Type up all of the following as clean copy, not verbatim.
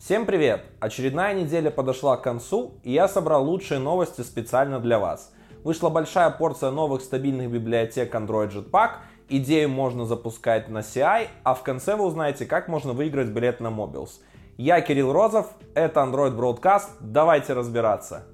Всем привет! Очередная неделя подошла к концу, и я собрал лучшие новости специально для вас. Вышла большая порция новых стабильных библиотек Android Jetpack, идею можно запускать на CI, а в конце вы узнаете, как можно выиграть билет на Mobiles. Я Кирилл Розов, это Android Broadcast, давайте разбираться.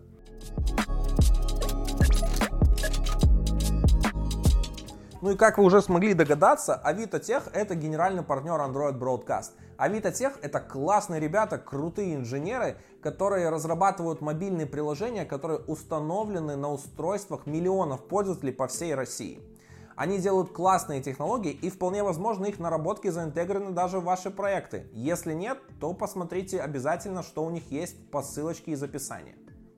Ну и как вы уже смогли догадаться, Авито Тех — это генеральный партнер Android Broadcast. Авито Тех — это классные ребята, крутые инженеры, которые разрабатывают мобильные приложения, которые установлены на устройствах миллионов пользователей по всей России. Они делают классные технологии, и вполне возможно их наработки заинтегрированы даже в ваши проекты. Если нет, то посмотрите обязательно, что у них есть по ссылочке из описания.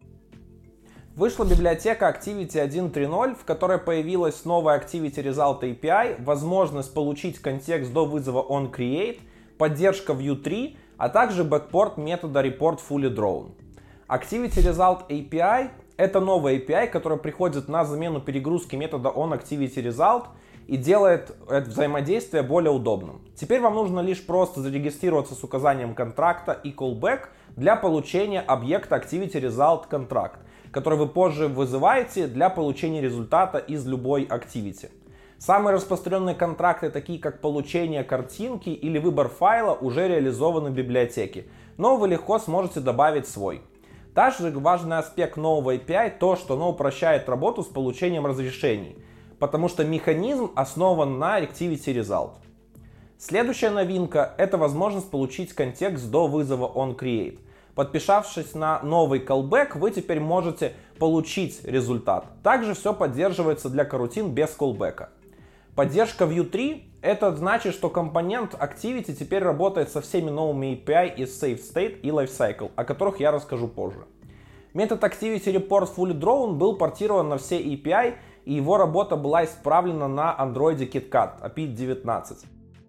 Вышла библиотека Activity 1.3.0, в которой появилась новая Activity Result API, возможность получить контекст до вызова onCreate, поддержка Vue 3, а также бэкпорт метода reportFullyDrawn. Activity Result API — это новая API, которая приходит на замену перегрузки метода onActivityResult и делает это взаимодействие более удобным. Теперь вам нужно лишь просто зарегистрироваться с указанием контракта и callback для получения объекта ActivityResultContract, который вы позже вызываете для получения результата из любой activity. Самые распространенные контракты, такие как получение картинки или выбор файла, уже реализованы в библиотеке, но вы легко сможете добавить свой. Также важный аспект нового API то, что оно упрощает работу с получением разрешений, потому что механизм основан на ActivityResult. Следующая новинка — это возможность получить контекст до вызова onCreate. Подписавшись на новый callback, вы теперь можете получить результат. Также все поддерживается для карутин без callback. Поддержка Vue 3 — это значит, что компонент Activity теперь работает со всеми новыми API из SafeState и Lifecycle, о которых я расскажу позже. Метод ActivityReportFullyDrawn был портирован на все API, и его работа была исправлена на Android KitKat API 19.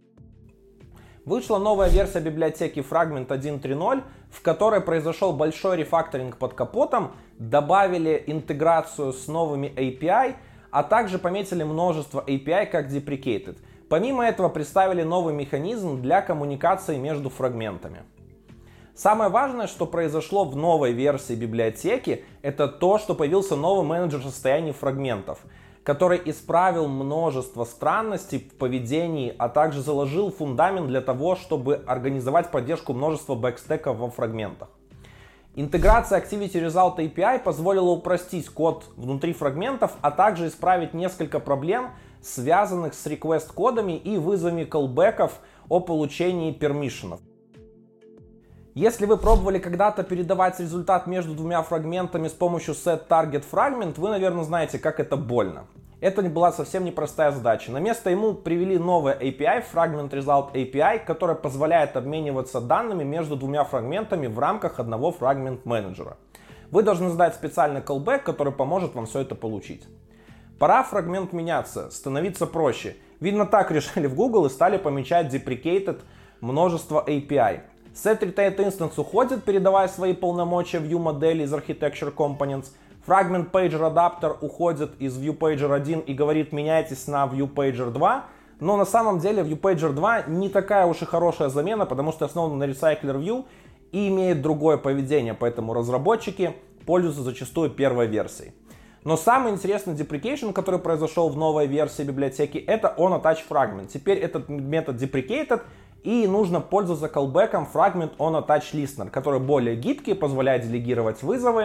Вышла новая версия библиотеки Fragment 1.3.0, в которой произошел большой рефакторинг под капотом, добавили интеграцию с новыми API, а также пометили множество API как deprecated. Помимо этого представили новый механизм для коммуникации между фрагментами. Самое важное, что произошло в новой версии библиотеки, это то, что появился новый менеджер состояний фрагментов, который исправил множество странностей в поведении, а также заложил фундамент для того, чтобы организовать поддержку множества бэкстеков во фрагментах. Интеграция ActivityResult API позволила упростить код внутри фрагментов, а также исправить несколько проблем, связанных с request-кодами и вызовами callback'ов о получении пермишенов. Если вы пробовали когда-то передавать результат между двумя фрагментами с помощью setTargetFragment, вы, наверное, знаете, как это больно. Это была совсем непростая задача. На место ему привели новое API, Fragment Result API, которое позволяет обмениваться данными между двумя фрагментами в рамках одного фрагмент менеджера. Вы должны задать специальный callback, который поможет вам все это получить. Пора фрагмент меняться, становиться проще. Видно, так решили в Google и стали помечать deprecated множество API. SetRetate-Instance уходит, передавая свои полномочия в Vue-модели из Architecture Components. Fragment Pager Adapter уходит из ViewPager 1 и говорит: меняйтесь на ViewPager 2. Но на самом деле ViewPager 2 не такая уж и хорошая замена, потому что основан на Recycler View и имеет другое поведение, поэтому разработчики пользуются зачастую первой версией. Но самый интересный deprecation, который произошел в новой версии библиотеки, это onAttachFragment. Теперь этот метод deprecated, и нужно пользоваться callback'ом Fragment onAttachListener, который более гибкий, позволяет делегировать вызовы,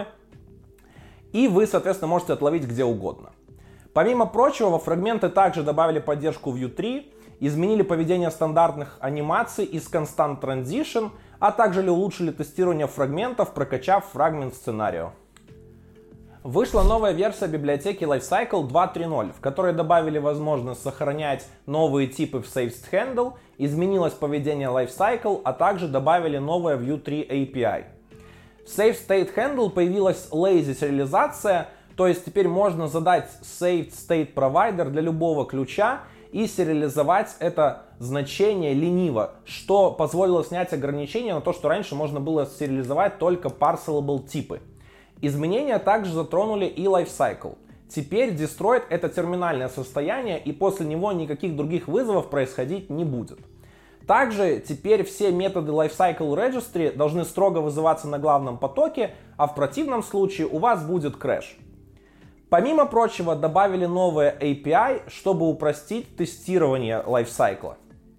и вы, соответственно, можете отловить где угодно. Помимо прочего, во фрагменты также добавили поддержку Vue 3, изменили поведение стандартных анимаций из Constant Transition, а также улучшили тестирование фрагментов, прокачав Fragment Scenario. Вышла новая версия библиотеки Lifecycle 2.3.0, в которой добавили возможность сохранять новые типы в SafeStHandle, изменилось поведение Lifecycle, а также добавили новое Vue 3 API. В SafeStateHandle появилась lazy сериализация, то есть теперь можно задать SafeStateProvider для любого ключа и сериализовать это значение лениво, что позволило снять ограничения на то, что раньше можно было сериализовать только parcelable типы. Изменения также затронули и Lifecycle. Теперь Destroyed — это терминальное состояние, и после него никаких других вызовов происходить не будет. Также теперь все методы Lifecycle Registry должны строго вызываться на главном потоке, а в противном случае у вас будет крэш. Помимо прочего, добавили новые API, чтобы упростить тестирование Lifecycle.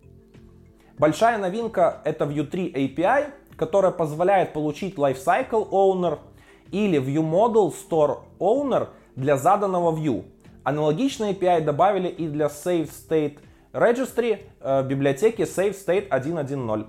Большая новинка — это Vue3 API, которая позволяет получить Lifecycle Owner или ViewModel Store Owner для заданного view. Аналогичные API добавили и для Save State Registry в библиотеке Save State 1.1.0.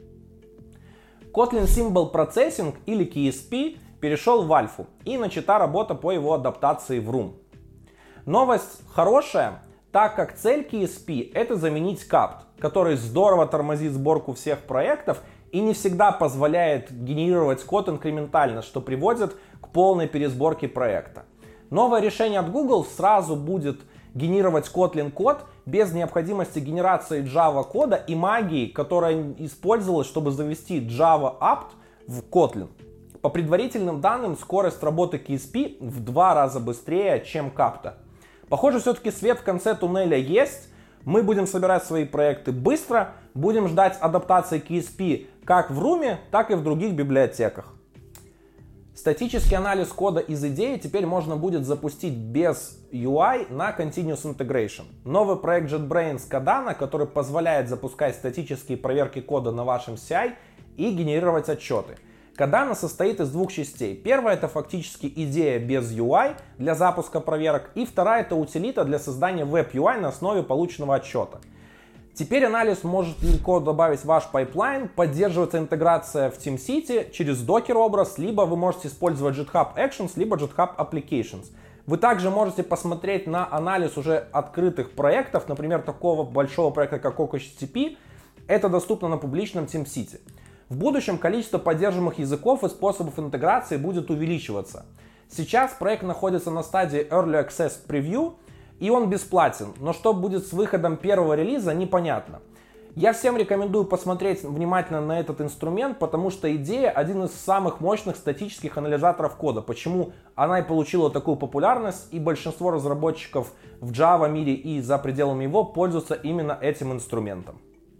Kotlin Symbol Processing или KSP перешел в альфу и начата работа по его адаптации в Room. Новость хорошая, так как цель KSP — это заменить Capt, который здорово тормозит сборку всех проектов и не всегда позволяет генерировать код инкрементально, что приводит к полной пересборке проекта. Новое решение от Google сразу будет генерировать Kotlin код без необходимости генерации Java кода и магии, которая использовалась, чтобы завести Java apt в Kotlin. По предварительным данным, скорость работы KSP в 2 раза быстрее, чем Capt. Похоже, все-таки свет в конце туннеля есть. Мы будем собирать свои проекты быстро, будем ждать адаптации KSP как в Room, так и в других библиотеках. Статический анализ кода из идеи теперь можно будет запустить без UI на Continuous Integration. Новый проект JetBrains Cardano, который позволяет запускать статические проверки кода на вашем CI и генерировать отчеты. Cardano состоит из 2 частей. Первая — это фактически идея без UI для запуска проверок, и вторая — это утилита для создания веб-UI на основе полученного отчета. Теперь анализ может легко добавить в ваш пайплайн, поддерживается интеграция в TeamCity через Docker образ, либо вы можете использовать GitHub Actions, либо GitHub Applications. Вы также можете посмотреть на анализ уже открытых проектов, например, такого большого проекта, как OCHTTP. Это доступно на публичном TeamCity. В будущем количество поддерживаемых языков и способов интеграции будет увеличиваться. Сейчас проект находится на стадии Early Access Preview, и он бесплатен, но что будет с выходом первого релиза, непонятно. Я всем рекомендую посмотреть внимательно на этот инструмент, потому что идея — один из самых мощных статических анализаторов кода. Почему она и получила такую популярность, и большинство разработчиков в Java мире и за пределами его пользуются именно этим инструментом.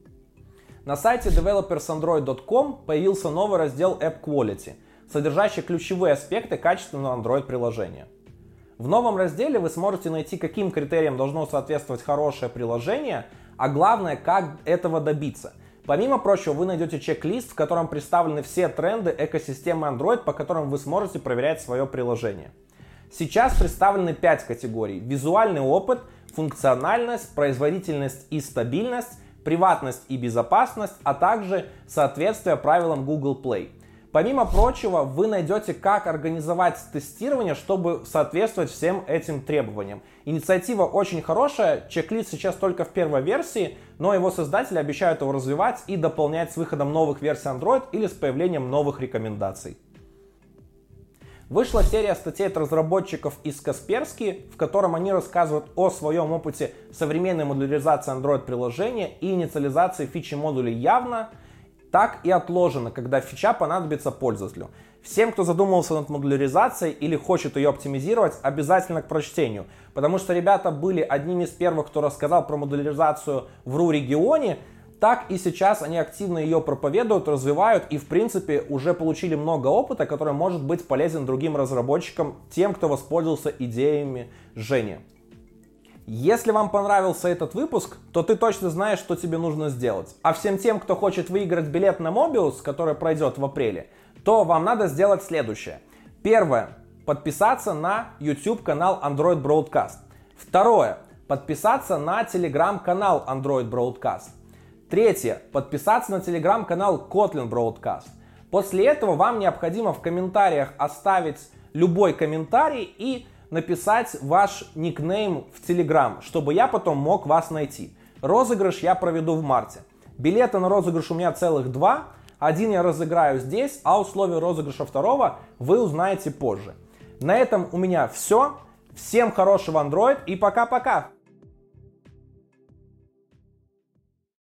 На сайте developersandroid.com появился новый раздел App Quality, содержащий ключевые аспекты качественного Android-приложения. В новом разделе вы сможете найти, каким критериям должно соответствовать хорошее приложение, а главное, как этого добиться. Помимо прочего, вы найдете чек-лист, в котором представлены все тренды экосистемы Android, по которым вы сможете проверять свое приложение. Сейчас представлены 5 категорий: визуальный опыт, функциональность, производительность и стабильность, приватность и безопасность, а также соответствие правилам Google Play. Помимо прочего, вы найдете, как организовать тестирование, чтобы соответствовать всем этим требованиям. Инициатива очень хорошая, чек-лист сейчас только в первой версии, но его создатели обещают его развивать и дополнять с выходом новых версий Android или с появлением новых рекомендаций. Вышла серия статей от разработчиков из Kaspersky, в котором они рассказывают о своем опыте современной модуляризации Android-приложения и инициализации фичи модулей явно, так и отложено, когда фича понадобится пользователю. Всем, кто задумывался над модуляризацией или хочет ее оптимизировать, обязательно к прочтению, потому что ребята были одними из первых, кто рассказал про модуляризацию в RU-регионе, так и сейчас они активно ее проповедуют, развивают и в принципе уже получили много опыта, который может быть полезен другим разработчикам, тем, кто воспользовался идеями Жени. Если вам понравился этот выпуск, то ты точно знаешь, что тебе нужно сделать. А всем тем, кто хочет выиграть билет на Mobius, который пройдет в апреле, то вам надо сделать следующее. Первое. Подписаться на YouTube канал Android Broadcast. Второе. Подписаться на телеграм-канал Android Broadcast. Третье. Подписаться на телеграм-канал Kotlin Broadcast. После этого вам необходимо в комментариях оставить любой комментарий и написать ваш никнейм в Telegram, чтобы я потом мог вас найти. Розыгрыш я проведу в марте. Билеты на розыгрыш у меня целых 2. Один я разыграю здесь, а условия розыгрыша второго вы узнаете позже. На этом у меня все. Всем хорошего Android и пока-пока!